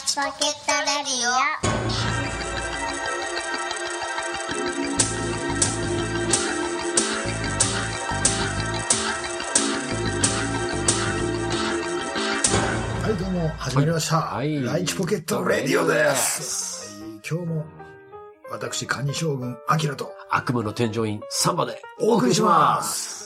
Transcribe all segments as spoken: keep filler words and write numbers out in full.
チポケットレディオ。 はい、どうも始まりました、はい、ライチポケットレディオです、はい、今日も私カニ将軍アキラと悪夢の添乗員サンバでお送りします。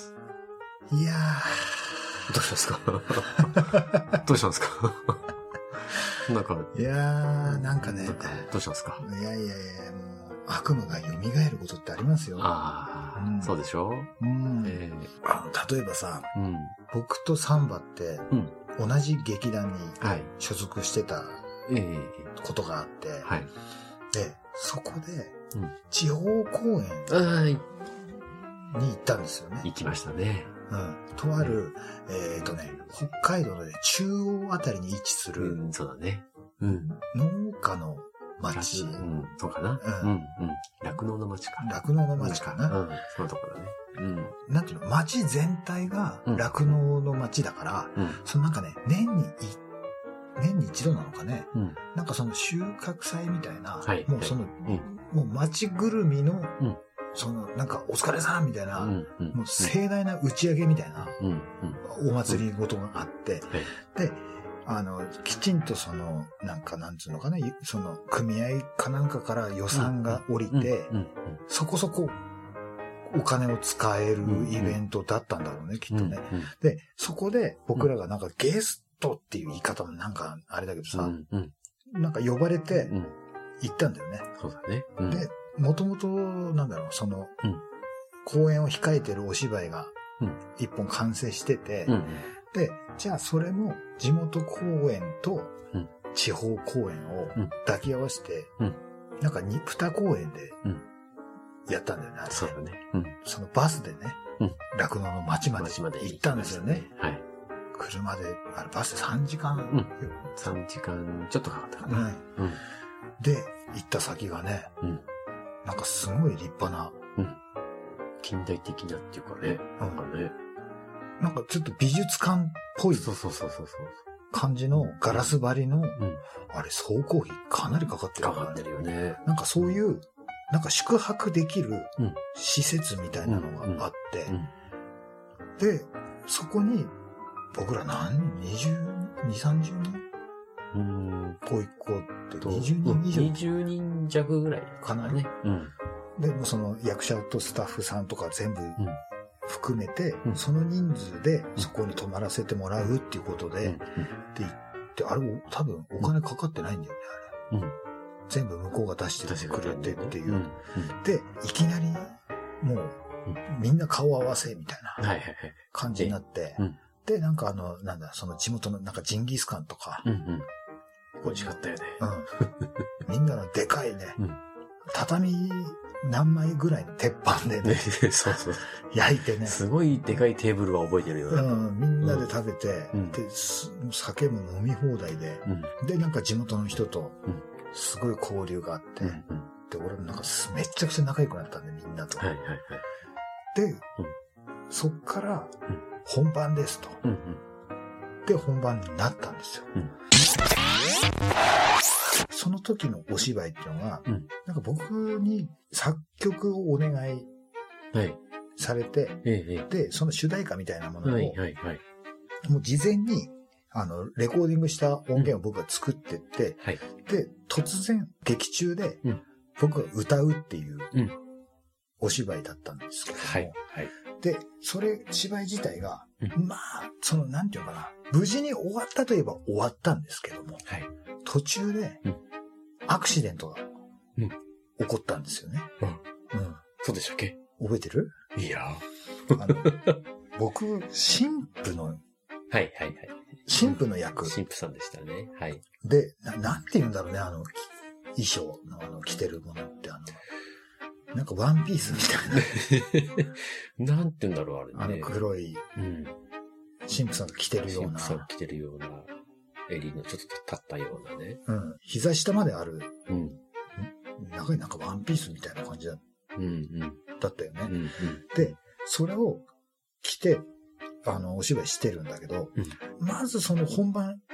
いやーどうしたんですかどうしたんですかなんかいやーなんかねどうしたんですか。 いやいやいやもう悪夢が蘇ることってありますよ。 ああ、うん、そうでしょう、 うんえー、あの例えばさ、うん、僕とサンバって、うん、同じ劇団に所属してたことがあって、はい、でそこで、うん、地方公演に行ったんですよね。 行きましたね。 うん、とある、えっとね、北海道の、ね、中央あたりに位置する、 うん、そうだね。うん、 農家の町、 うん、そうかな。うん、うん、酪農の町か。 酪農の町かな。 うん、そのところだね。 うん、なんていうの、町全体が酪農の町だから、うん、そのなんかね、年に年に一度なのかね、うん、なんかその収穫祭みたいな、はい、もうその、はい、もう町ぐるみの、うんその、なんか、お疲れさんみたいな、うんうん、もう盛大な打ち上げみたいな、うんうん、お祭りごとがあって、うん、で、あの、きちんとその、なんか、なんつうのかな、その、組合かなんかから予算が降りて、そこそこ、お金を使えるイベントだったんだろうね、きっとね。うんうん、で、そこで僕らがなんかゲストっていう言い方もなんか、あれだけどさ、うんうん、なんか呼ばれて、行ったんだよね。 そうだね。うん、 で、もともと、なんだろう、その、うん、公演を控えてるお芝居が、一本完成してて、うん、で、じゃあそれも地元公演と地方公演を抱き合わせて、うん、なんかに、二公演で、やったんだよね、あれ。 そうだね。うん、 そのバスでね、酪農、うん、の町まで行ったんですよね。はい。車で、あれバスでさんじかん、うん、 さんじかんちょっとかかったかな。 うん、で、行った先がね、うんなんかすごい立派な。うん。 近代的なっていうかね。なんかね。 なんかちょっと美術館っぽい。 そうそうそうそう。 感じのガラス張りの、うん、あれ総工費かなりかかってる、 ね。かかってるよね。 なんかそういう、なんか宿泊できる施設みたいなのがあって、うんうんうん、で、そこに僕ら何人 ?にじゅうに、さんじゅうにんうん。こう一個ってにじゅうにん以上。 にじゅうにん弱ぐらいかなね。うん。でもその役者とスタッフさんとか全部含めて、うん、その人数でそこに泊まらせてもらうっていうことで、うん、で行って、あれ多分お金かかってないんだよね、あれ。うん。全部向こうが出してくれてっていう。うん、で、いきなりもうみんな顔合わせみたいな感じになって、で、なんかあの、なんだ、その地元のなんかジンギスカンとか、うんうん美味しかったよね。 うん。みんなのでかいね、うん、畳何枚ぐらいの鉄板でね、 そうそう焼いてね。 すごいでかいテーブルは覚えてるよね。 うん、みんなで食べて、うん、で、酒も飲み放題で、うん、で、なんか地元の人と、すごい交流があって、うん、で、俺もなんかめっちゃくちゃ仲良くなったんで、みんなと。はいはいはい、で、うん、そっから、本番ですと。うんうん、で、本番になったんですよ。うんその時のお芝居っていうのが、うん、なんか僕に作曲をお願いされて、はい、で、その主題歌みたいなものを、はいはいはい、もう事前に、あの、レコーディングした音源を僕が作ってって、うんはい、で、突然、劇中で、僕が歌うっていうお芝居だったんですけども、はいはい、で、それ、芝居自体が、うん、まあ、その、なんていうのかな、無事に終わったといえば終わったんですけども、はい、途中で、うんアクシデントが起こったんですよね。うん。うん。 そうでしたっけ？ 覚えてる？ いや。 あの僕、神父の、はいはいはい。 神父の役。 神父さんでしたね。はい。 で、な、なんて言うんだろうね、あの、衣装のあの、着てるものって、あの、なんかワンピースみたいな。なんて言うんだろう、あれね。 あの黒い、うん。神父さんが着てるような。 神父さんが着てるような。襟のちょっと立ったようなね。 うん。膝下まである。うん。長いなんかワンピースみたいな感じだ,、うんうん、だったよね、うんうん。で、それを着て、あの、お芝居してるんだけど、うん、まずその本番いっ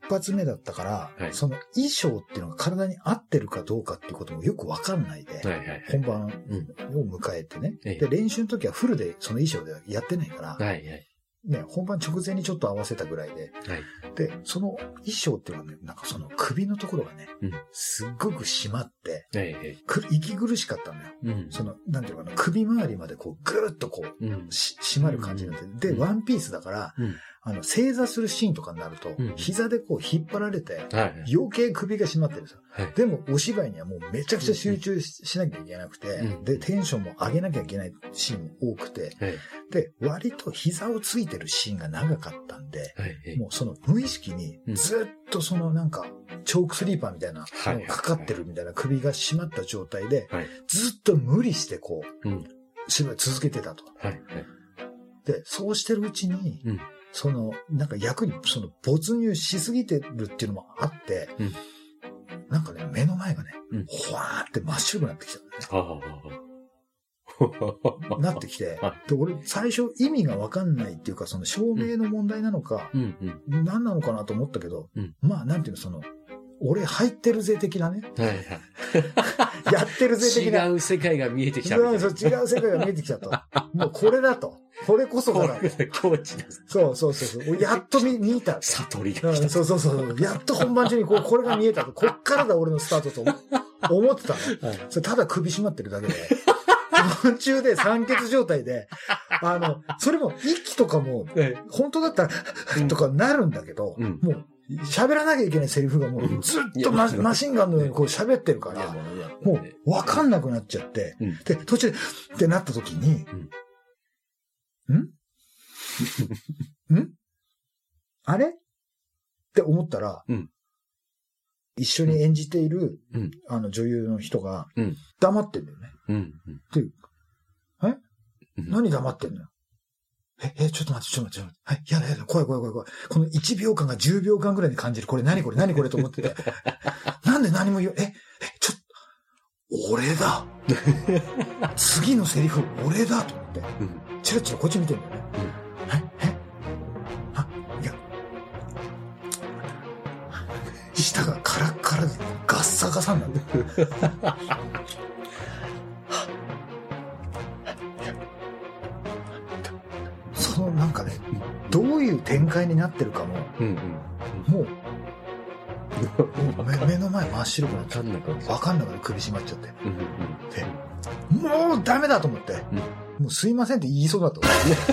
発目だったから、はい、その衣装っていうのが体に合ってるかどうかっていうこともよくわかんないで、はいはいはい、本番を迎えてね、うん、で、練習の時はフルでその衣装ではやってないから、はいはいね、本番直前にちょっと合わせたぐらいで、はい、で、その衣装っていうのはね、なんかその首のところがね、うん、すっごく締まって、はいはい、く息苦しかったんだよ。うん、その、なんていうのかな、首周りまでこう、ぐーっとこう、うん、し締まる感じになって、うん、で、ワンピースだから、うんあの、正座するシーンとかになると、うん、膝でこう引っ張られて、はい、余計首が締まってるんですよ。はい、でも、お芝居にはもうめちゃくちゃ集中 し,、うん、しなきゃいけなくて、うん、で、テンションも上げなきゃいけないシーンも多くて、はい、で、割と膝をついてるシーンが長かったんで、はい、もうその無意識にずっとそのなんか、チョークスリーパーみたいなのがかかってるみたいな首が締まった状態で、はい、ずっと無理してこう、うん、芝居続けてたと。はいはい、で、そうしてるうちに、うんその、なんか役にその没入しすぎてるっていうのもあって、うん、なんかね、目の前がね、うん、ほわーって真っ白くなってきたんだね。なってきて、で、俺最初意味がわかんないっていうか、その照明の問題なのか、うんうん、何なのかなと思ったけど、うん、まあなんていうの、その、俺入ってるぜ的なね。はいはい、やってるぜ的な。 違う世界が見えてきたみたいな。 そうそう、違う世界が見えてきたと。もうこれだと。これこそだな。 境地です。 そうそうそうそう。やっと見、見た。 悟りが来た。 そうそうそう。やっと本番中にこう、これが見えたと。こっからだ俺のスタートと思ってたの。はい、それただ首絞まってるだけで。途中で酸欠状態で、あの、それも息とかも、本当だったら、とかなるんだけど、うん、もう、喋らなきゃいけないセリフがもうずっと マ, マシンガンのようにこう喋ってるから、もうわかんなくなっちゃって、うん、で、途中で、ってなった時に、うん、んんあれって思ったら、うん、一緒に演じている、うん、あの女優の人が、黙ってんだよね。うん、で、え、うん、何黙ってんのよ。え、え、ちょっと待って、ちょっと待って、ちょっと待って。はい、やだやだ、怖い怖い怖い怖い。このいちびょうかんがじゅうびょうかんぐらいに感じる。これ何これ何これと思ってて。なんで何も言う、え、え、ちょっと、俺だ。次のセリフ、俺だと思って。チラチラこっち見てんだよね。うん、え、え、あ、いや。舌がカラッカラでガッサガサになってる。そのなんかね、どういう展開になってるかも、うんうん、もう、もう 目, 目の前真っ白くなっちゃって、わかんなくて首締まっちゃって、うんうん、で、もうダメだと思って、うん、もうすいませんって言いそうだと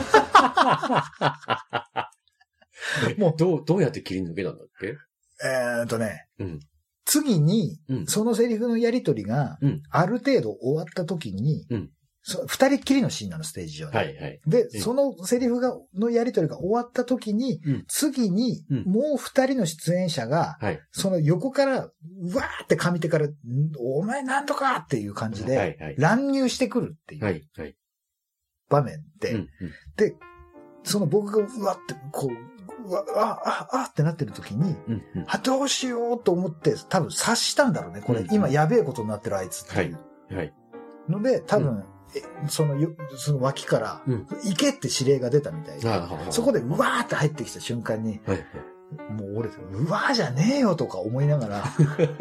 思って。 もうどう、どうやって切り抜けたんだっけ？ えーっとね、うん、次に、うん、そのセリフのやりとりが、うん、ある程度終わった時に、うん二人っきりのシーンなの、ステージ上で。はいはい。で、うん、そのセリフが、のやりとりが終わった時に、うん、次に、もう二人の出演者が、うん、その横から、うわーって上手から、お前なんとかっていう感じで、はいはい、乱入してくるっていう場面で、はいはい、で、その僕がうわって、こう、うわ、あ、あ、あってなってる時に、うんうん、あ、どうしようと思って、多分察したんだろうね。これ、うんうん、今やべえことになってるあいつっていう。はい。はい。ので、多分、うんその、その脇から、行けって指令が出たみたいで、うん、そこで、うわーって入ってきた瞬間に、はい、もう俺、うわーじゃねえよとか思いながら、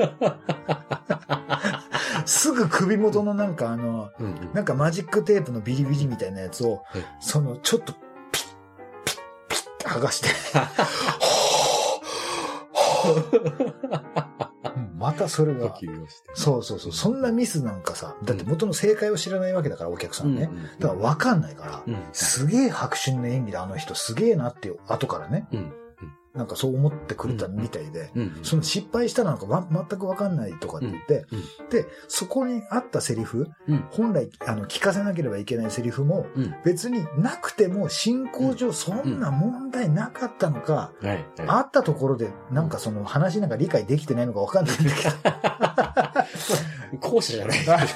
すぐ首元のなんかあの、うんうん、なんかマジックテープのビリビリみたいなやつを、はい、その、ちょっと、ピッ、ピッ、ピッって剥がして、またそれが、そうそうそう、そんなミスなんかさ、だって元の正解を知らないわけだから、お客さんね。うんうんうん、だから分かんないから、うん、すげえ迫真の演技であの人すげえなって後からね、うん、なんかそう思ってくれたみたいで、うんうん、その失敗したのか、ま、全く分かんないとかって言って、うんうん、で、そこにあったセリフ、うん、本来あの聞かせなければいけないセリフも、うん、別になくても進行上そんな問題なかったのか、うんうん、あったところでなんかその話なんか理解できてないのか分かんないんだけど。後者じゃない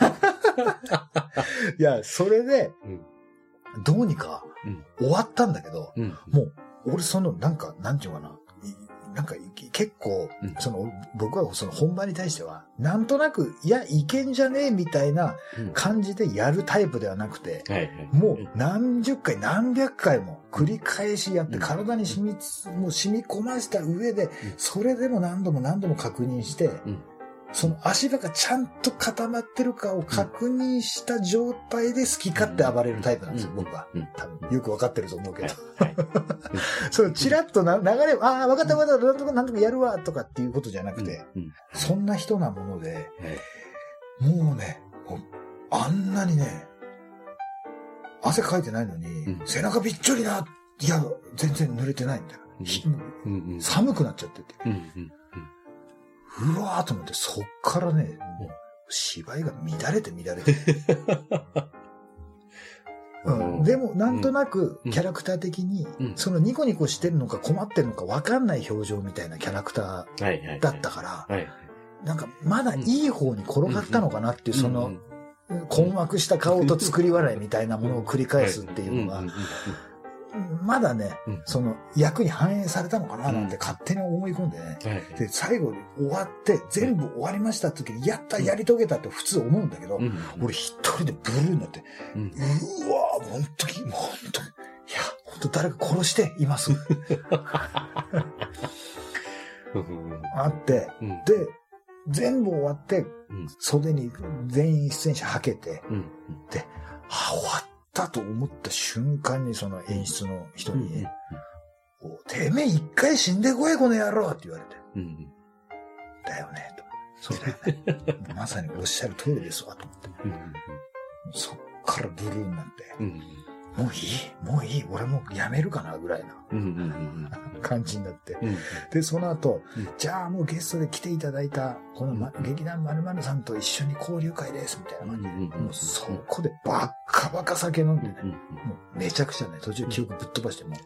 いや、それで、うん、どうにか終わったんだけど、うん、もう、俺その、なんか、なんていうかな、 なんか結構、うん、その、僕はその本番に対しては、なんとなく、いや、いけんじゃねえみたいな感じでやるタイプではなくて、うんはいはい、もう何十回何百回も繰り返しやって体に染みつ、もう染み込ませた上で、それでも何度も何度も確認して、うんその足場がちゃんと固まってるかを確認した状態で好き勝手暴れるタイプなんですよ、僕は。多分、よくわかってると思うけど。そう、チラッとな流れ、ああ、わかったわかった、なんとかなんとかやるわ、とかっていうことじゃなくて、そんな人なもので、もうね、もうあんなにね、汗かいてないのに、背中びっちょりな、いや、全然濡れてないんだよ。寒くなっちゃってて。うわーと思って、そっからね、もう芝居が乱れて乱れて。うん、でも、なんとなく、キャラクター的に、うん、そのニコニコしてるのか困ってるのか分かんない表情みたいなキャラクターだったから、なんか、まだいい方に転がったのかなっていう、その、困惑した顔と作り笑いみたいなものを繰り返すっていうのが、まだね、うん、その役に反映されたのかななんて勝手に思い込んでね。うんはい、で、最後に終わって、全部終わりましたって時に、やった、やり遂げたって普通思うんだけど、うん、俺一人でブルーになって、うん、うわぁ、ほんとに、もうほんとに、いや、ほんと誰か殺しています。あって、うん、で、全部終わって、袖に全員出演者はけて、うん、で、あ、終わった。だと思った瞬間にその演出の人に、うんうん、てめえ一回死んでこいこの野郎って言われて、うん、だよねと。そうだよね。まさにおっしゃる通りですわと思って。うんうん、そっからブルーになって、うん、もういいもういい俺もうやめるかなぐらいな、うんうんうん、感じになって、うん、で、その後、うん、じゃあもうゲストで来ていただいたこの、ま、劇団〇〇さんと一緒に交流会ですみたいな感じで、うんうんうん、もうそこでバッカバカ酒飲んでね、うんうん、もうめちゃくちゃね、途中記憶ぶっ飛ばしても、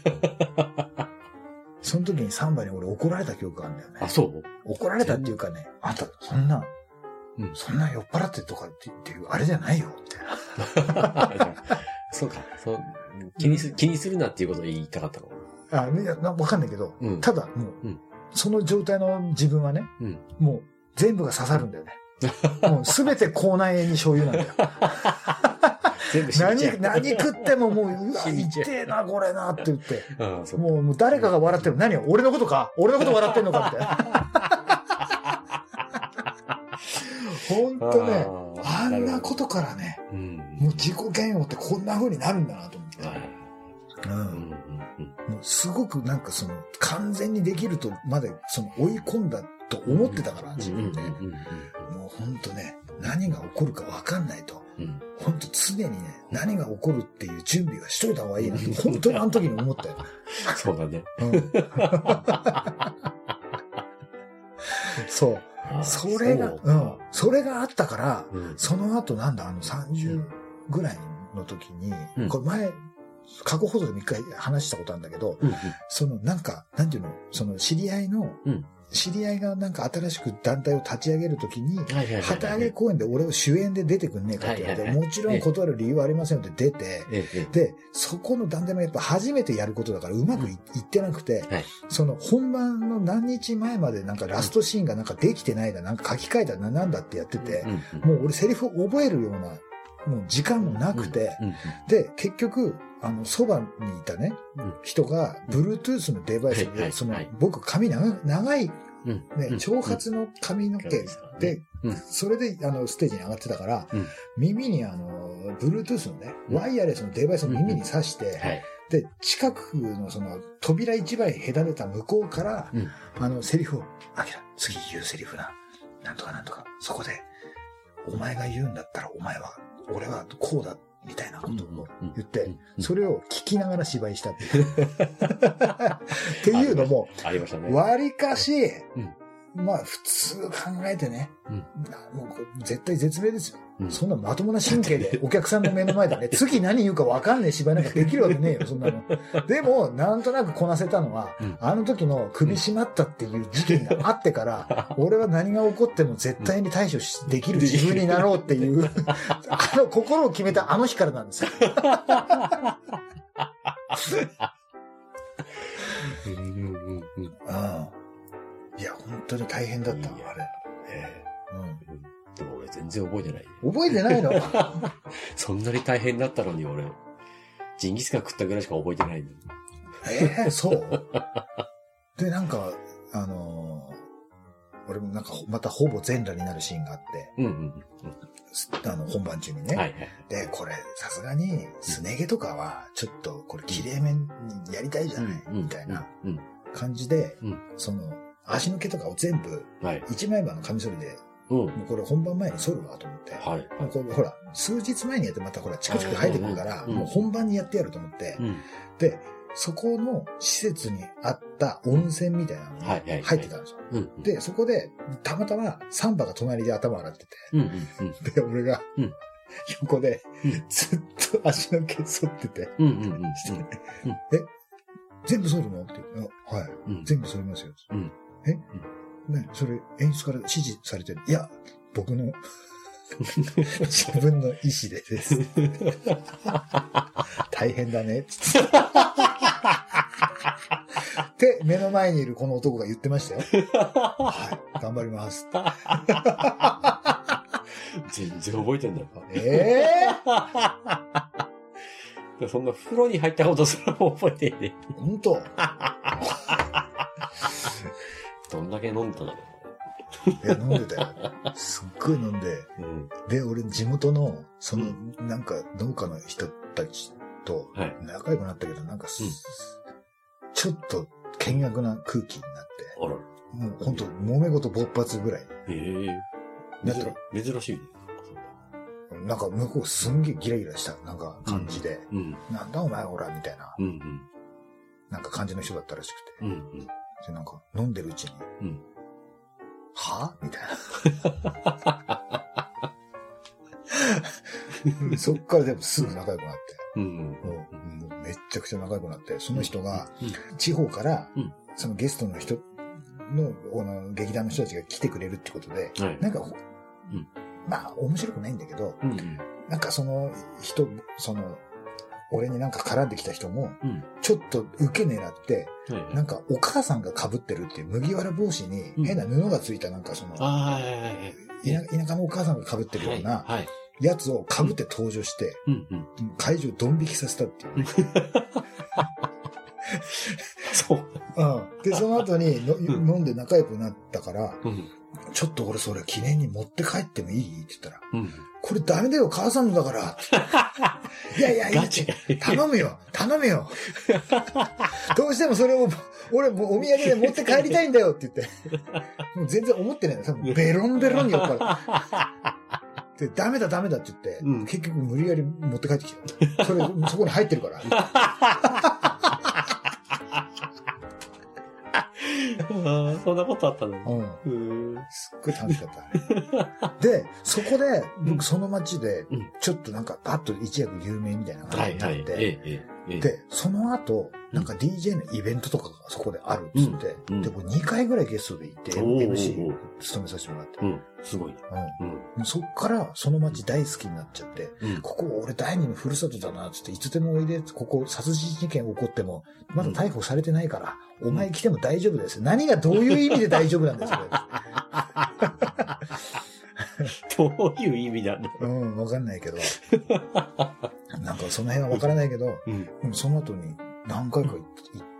その時にサンバに俺怒られた記憶があるんだよね。 あ、そう怒られたっていうかね、あんたそんな、うん、そんな酔っ払ってとかっていうあれじゃないよ、みたいな。 そうか。そう、気にす、気にするなっていうことを言いたかったの。 あ、いや、わかんないけど、うん、ただ、もう、うん、その状態の自分はね、うん、もう全部が刺さるんだよね。もうすべて口内炎に醤油なんだよ。全部何、何食ってももう、うわ、痛えな、これな、って言って。あもう、もう誰かが笑ってる。何俺のことか俺のこと笑ってんのかって。ほんとね、あんなことからね、うん、もう自己嫌悪ってこんな風になるんだなと思って。うんうん、もうすごくなんかその完全にできるとまでその追い込んだと思ってたから、自分で。もうほんとね、何が起こるか分かんないと。うん、ほんと常にね、何が起こるっていう準備はしといた方がいいなって、本当にあの時に思ったよ。 そうだね。うん、 そう。それが、うん。それがあったから、うん、その後なんだ、あのさんじゅうぐらいの時に、うん、これ前、過去放送でも一回話したことあるんだけど、うんうん、そのなんか、なんていうの、その知り合いの、うん、知り合いがなんか新しく団体を立ち上げるときに、旗揚げ公演で俺を主演で出てくんねえかって言われて、もちろん断る理由はありませんよって出て、で、そこの団体もやっぱ初めてやることだからうまく い,、うん、いってなくて、はい、その本番の何日前までなんかラストシーンがなんかできてないだ、なんか書き換えたな、なんだってやってて、うんうん、もう俺セリフ覚えるような、もう時間もなくて、うんうんうん、で、結局、あの、そばにいたね、うん、人が、Bluetooth のデバイスで、はいはい、その、はい、僕髪長長い、ね、うん、長髪の髪の毛で、うん、それで、あの、ステージに上がってたから、うん、耳にあの、Bluetooth のね、ワイヤレスのデバイスを耳に挿して、うんはい、で、近くのその、扉一枚隔てた向こうから、うん、あの、セリフを、あきら、次言うセリフな、なんとかなんとか、そこで、お前が言うんだったら、お前は、俺はこうだ、みたいなことを言って、それを聞きながら芝居したっていう。っていうのも、割かし、まあ普通考えてね、もう絶対絶命ですよ。そんなまともな神経でお客さんの目の前でね、次何言うか分かんねえ芝居なんかできるわけねえよ、そんなの。でも、なんとなくこなせたのは、あの時の首絞まったっていう事件があってから、俺は何が起こっても絶対に対処できる自分になろうっていう、あの心を決めたあの日からなんですよ。 うん。うん。いや、本当に大変だったの、あれ。 ええ。うん。でも俺全然覚えてない。 覚えてないのそんなに大変だったのに俺、ジンギスカン食ったぐらいしか覚えてないの。 ええー、そうで、なんか、あのー、俺もなんかまたほぼ全裸になるシーンがあって、うんうんうん、あの本番中にね。はいはい、で、これさすがにすね毛とかはちょっとこれ綺麗めにやりたいじゃない、うん、みたいな感じで、うん、その足の毛とかを全部一枚刃のカミソリで、うん、もうこれ本番前に剃るわと思って、はい、これほら数日前にやってまたほらチクチク生えてくるから、もう本番にやってやると思って、うん、でそこの施設にあった温泉みたいなのに入ってたんですよ。で、そこで、たまたまサンバが隣で頭洗ってて、うんうんうん、で、俺が、横で、ずっと足の毛剃ってて、え、全部剃るのって言って、はい、うん、全部剃りますよ。うん、え、ね、それ演出から指示されてる。いや、僕の、自分の意思でです。大変だね。って目の前にいるこの男が言ってましたよ。はい、頑張ります。 全然覚えてんだよ。 ええー、そんな風呂に入ったことすらも覚えてんね。 ほんとどんだけ飲んだんだろう。 いや、飲んでたよ。すっごい飲んで。うん、で、俺、地元の、その、うん、なんか、農家の人たちと仲良くなったけど、はい、なんか、うん、ちょっと、険悪な空気になって。あら。もう、ほんと、揉め事勃発ぐらい。へえ。珍しいね。 なんか、向こうすんげえギラギラした、なんか、感じで。うん、なんだお前、ほら、みたいな。うんうん、なんか感じの人だったらしくて。うんうん、で、なんか、飲んでるうちに。うんはみたいな。そっからでもすぐ仲良くなって。うんうん、もうもうめっちゃくちゃ仲良くなって、その人が地方から、そのゲストの人の、の劇団の人たちが来てくれるってことで、はい、なんか、うん、まあ面白くないんだけど、うんうん、なんかその人、その、俺になんか絡んできた人も、ちょっと受け狙って、うん、なんかお母さんが被ってるっていう麦わら帽子に変な布がついたなんかその、うん、田舎のお母さんが被ってるようなやつを被って登場して、うんうん、会場ドン引きさせたっていう、ね。 そう。 うん。で、その後にの、うん、飲んで仲良くなったから、うん、ちょっと俺それ記念に持って帰ってもいいって言ったら、うん、これダメだよ、母さんのだから。いやいやいや、頼むよ、頼むよ。どうしてもそれを、俺もうお土産で持って帰りたいんだよって言って。もう全然思ってないんだよ。多分ベロンベロンに酔っ払って。で、ダメだダメだって言って、うん、結局無理やり持って帰ってきた。それ、そこに入ってるから。 あそんなことあったの、 うん、すっごい楽しかった。で、そこで、僕その街で、ちょっとなんか、パッと一躍有名みたいな感じになって、で、その後、なんか ディージェー のイベントとかがそこであるっつって、うん、で、にかいぐらいゲストで行って、エムシー 務めさせてもらって。うん、 すごい。 うん、そっからその街大好きになっちゃって、うん、ここ俺第二のふるさとだなっつって、いつでもおいで、ここ殺人事件起こっても、まだ逮捕されてないから、お前来ても大丈夫です。何がどういう意味で大丈夫なんですかどういう意味なんだろう。うん、わかんないけど。なんかその辺はわからないけど、うん、その後に何回か行って、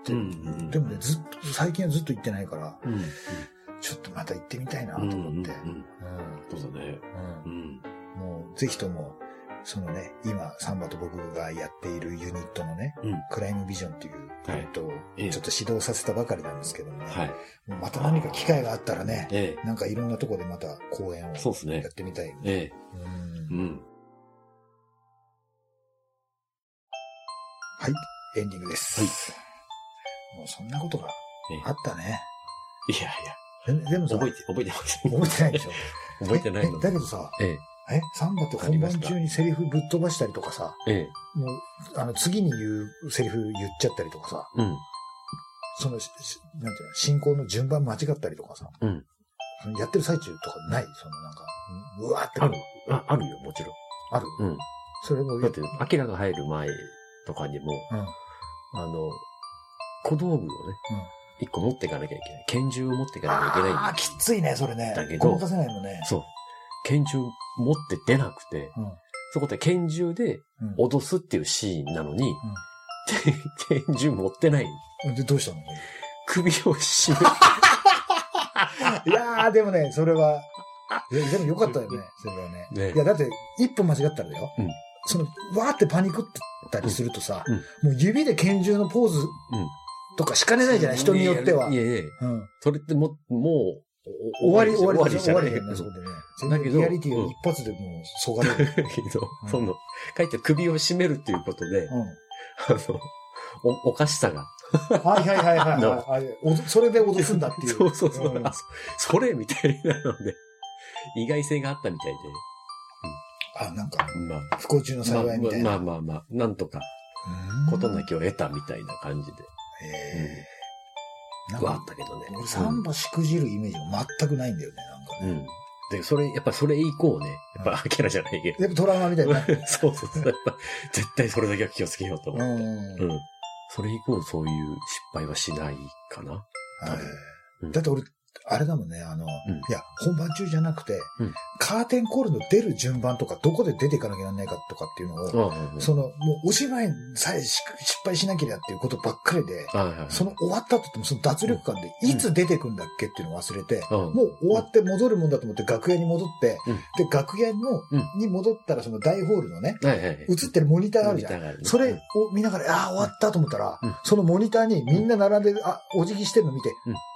うんうん、でもね、ずっと、最近はずっと行ってないから、うんうん、ちょっとまた行ってみたいなと思って。うんうんうん、 そうだね。 うん、もうぜひとも、そのね、今、サンバと僕がやっているユニットのね、うん、クライムビジョンっていうユニットをちょっと指導させたばかりなんですけどもね、はい、もうまた何か機会があったらね、ええ、なんかいろんなところでまた公演をやってみたい、ね。ええうんうん、はい、エンディングです。はい、もうそんなことがあったね。 ええ、いやいや。でもさ、覚えて、覚えてません。 覚えてないでしょ。 覚えてないの。 だけどさ、えええサンバって本番中にセリフぶっ飛ばしたりとかさ、ええ、もう、あの、次に言うセリフ言っちゃったりとかさ、うん、その、なんていうの、進行の順番間違ったりとかさ、うん、やってる最中とかないそのなんか、うわーってあるあ、あるよ、もちろん。 あるうん。それもだって、アキラが入る前とかにも、うん、あの、小道具をね、 一個持っていかなきゃいけない。拳銃を持っていかなきゃいけない。 ああ、きついね、それね。 だけど。 動かせないもんね。 そう。拳銃持って出なくて、うん、そこで拳銃で脅すっていうシーンなのに、うん、拳銃持ってない。 で、どうしたの？ 首を絞めいやー、でもね、それは、いやでもよかったよね、それはね。ねいや、だって、一歩間違ったらだよ。うん、その、わーってパニクったりするとさ、うん、もう指で拳銃のポーズとかしかねないじゃない、人によっては。 いやいやいや、うん、それってもう、もう、 終わり、終わり、終わり、終わりだよね、そこでね。だけど、リアリティを一発でもう、そがれる。 だけど、うん、その、書いて首を絞めるっていうことで、うん、あの、お、おかしさが。 はいはいはいはい、はい。それで脅すんだっていう。 そうそうそう。うん、それみたいなので、意外性があったみたいで。 うん、あ、なんか、まあ、不幸中の幸いみたいな。 まあまあまあ、まあ、なんとか、ことなきを得たみたいな感じで。へえ。なんかあったけどね。 俺、サンバしくじるイメージが全くないんだよね、なんかね。うん。 で、それ、やっぱそれ以降ね、やっぱアキラじゃないけど。 やっぱトラウマみたいな。 そうそうそう。やっぱ、絶対それだけは気をつけようと思って。うん。それ以降そういう失敗はしないかな。はい。 だって俺、あれだもんね、あの、うん、いや、本番中じゃなくて、うん、カーテンコールの出る順番とか、どこで出ていかなきゃならないかとかっていうのを、うん、その、もうお芝居さえ失敗しなければっていうことばっかりで、その終わった後ってもその脱力感で、いつ出てくんだっけっていうのを忘れて、うん、もう終わって戻るもんだと思って楽屋に戻って、うん、で、楽屋の、に戻ったらその大ホールのね、映ってるモニターあるじゃん。ね、それを見ながら、ああ、終わったと思ったら、そのモニターにみんな並んでる、あ、お辞儀してるの見て、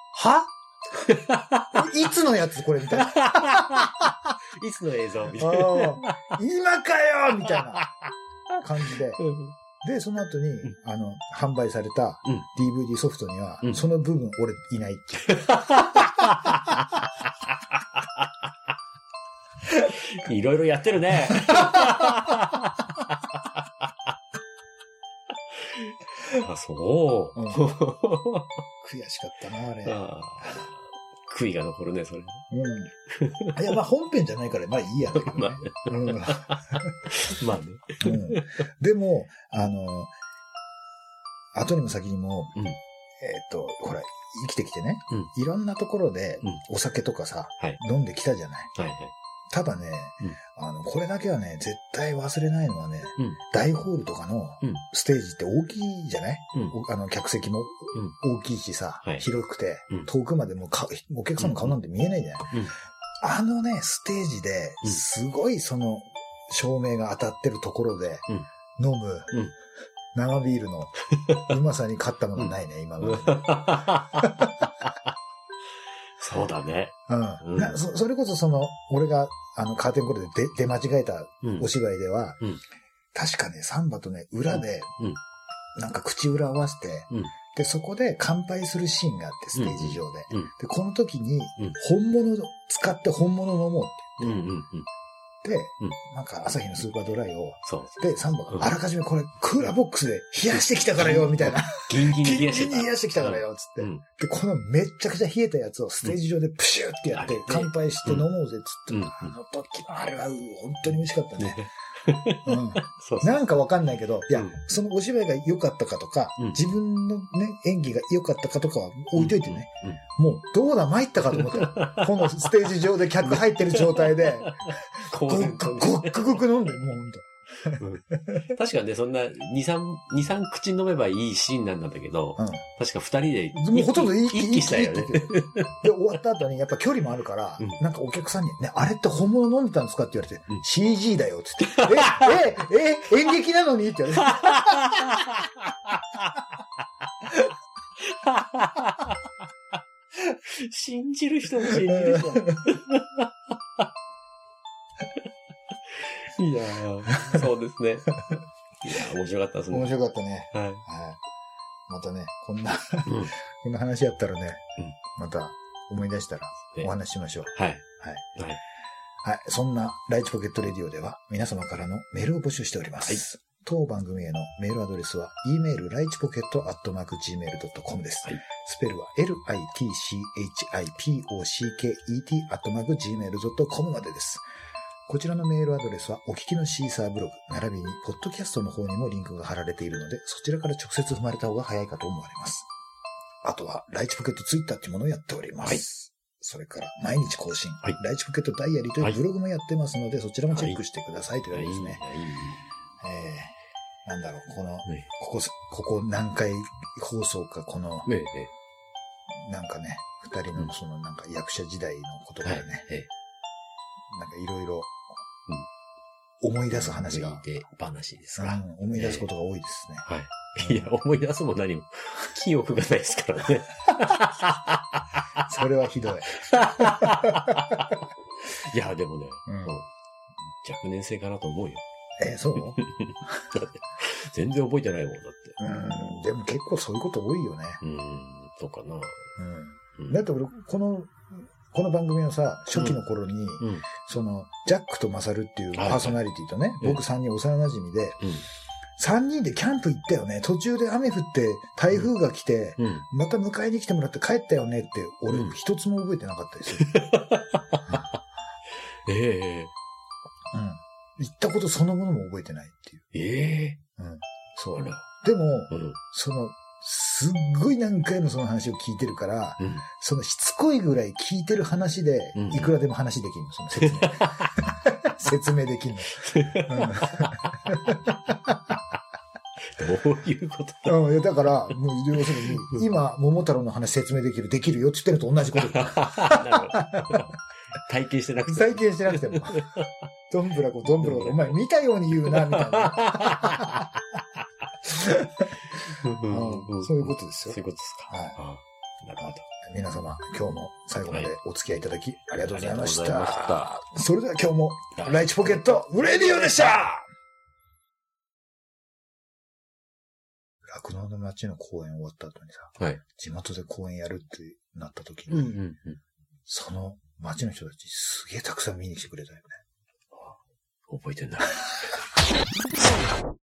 はいつのやつこれみたいな。 いつの映像みたいな。 今かよみたいな感じで。で、その後に、あの、販売された ディーブイディー ソフトには、その部分俺いないっていう。いろいろやってるね。あ、そう、うん。 悔しかったな、あれ。あ悔いが残るね、それ。 うん。いや、まあ本編じゃないから、まあいいやだけどね。まあね。うん、 まあね、 うん。でも、あの、後にも先にも、うん、えっと、ほら、生きてきてね、うん、いろんなところでお酒とかさ、うん、飲んできたじゃない。はいはい、ただね、うん、あの、これだけはね、絶対忘れないのはね、うん、大ホールとかのステージって大きいじゃない、うん、あの、客席も大きいしさ、うん、広くて、はい、遠くまでもかお客さんの顔なんて見えないじゃない、うん、あのね、ステージで、すごいその、照明が当たってるところで、飲む、うん、生ビールのうまさに勝ったものないね、今まで。 そうだね。 うん。うん、そ, それこそその、俺が、あの、カーテンコールで出間違えたお芝居では、うんうん、確かね、サンバとね、裏で、うん、なんか口裏合わせて、うん、で、そこで乾杯するシーンがあって、ステージ上で。うん、で、この時に、本物使って本物飲もうって言って、うんうんうんで、うん、なんか朝日のスーパードライを、そうで、サンバが、あらかじめこれ、クーラーボックスで冷やしてきたからよ、みたいな。 ギンギンに冷やしてきた。ギンギンに冷やしてきたからよ、つって、うん。で、このめっちゃくちゃ冷えたやつをステージ上でプシューってやって、乾杯して飲もうぜ、つって、うん、あの時のあれは、本当に美味しかったね。うん、そうそうなんかわかんないけど、いや、うん、そのお芝居が良かったかとか、うん、自分のね、演技が良かったかとかは置いといてね、うんうん、もう、どうだ参ったかと思った。このステージ上で客入ってる状態で、ごっくごっくごく飲んで、もうほんと。 うん、確かね、そんな、に、さん、に、さん口飲めばいいシーンなんだけど、うん、確か二人で、 もうほとんど一気したよね。で、終わった後に、やっぱ距離もあるから、うん、なんかお客さんに、ね、あれって本物飲んでたんですかって言われて、うん、シージー だよ、つって。え、え、え、演劇なのにって言われて。 信じる人も信じる人も。いやー、そうですね。いやー、面白かったですね。 面白かったね。はい。はい。またね、こんな、うん、こんな話やったらね、うん、また思い出したらお話ししましょう。はい。はい。はい。はい。そんなライチポケットレディオでは皆様からのメールを募集しております。はい。当番組へのメールアドレスは、e メールライチポケットアットマーク ジーメールドットコム です。はい。スペルは エルアイティーシーエイチアイピーオーシーケーイーティー アットマーク ジーメールドットコム までです。こちらのメールアドレスはお聞きのシーサーブログ、並びにポッドキャストの方にもリンクが貼られているので、そちらから直接踏まれた方が早いかと思われます。 あとは、ライチポケットツイッターっていうものをやっております。はい。それから、毎日更新。はい。ライチポケットダイアリーというブログもやってますので、はい、そちらもチェックしてくださいというわけですね。はい。はい、えー、なんだろう、この、ね、ここ、ここ何回放送か、この、ね、なんかね、二人のそのなんか役者時代のことからね、はい、なんかいろいろ、思い出す話が。思い出話ですか、 うん。思い出すことが多いですね。 はい。いや、思い出すも何も、記憶がないですからね。 それはひどい。 いや、でもね、うん、若年性かなと思うよ。 えー、そうだって全然覚えてないもんだって。 うん。でも結構そういうこと多いよね。 うん。そうかな。 うん。だって俺、この、この番組のさ、初期の頃に、うんうん、その、ジャックとマサルっていうパーソナリティとね、はいはい、僕さんにん幼馴染で、うん、さんにんでキャンプ行ったよね。途中で雨降って台風が来て、うん、また迎えに来てもらって帰ったよねって、俺、一つも覚えてなかったですよ。 うん、ええー。うん。行ったことそのものも覚えてないっていう。 ええー。うん。そう。でも、うん、その、すっごい何回もその話を聞いてるから、うん、そのしつこいぐらい聞いてる話で、いくらでも話できるの、その説明。説明できるの。 どういうことうん、だから、もう要するに、今、桃太郎の話説明できる、できるよって言ってるのと同じこと。 体験してなくても。 体験してなくても。どんぶらこ、どんぶらこ、お前見たように言うな、みたいな。うん、そういうことですよ。 そういうことですか。はい。あ、なるほど。 皆様、今日も最後までお付き合いいただき、ありがとうございました。ありがとうございました。それでは今日も、ライチポケット、レディオでした酪農の町の公演終わった後にさ、はい、地元で公演やるってなった時に、うんうんうん、その町の人たちすげえたくさん見に来てくれたよね。 覚えてんだ。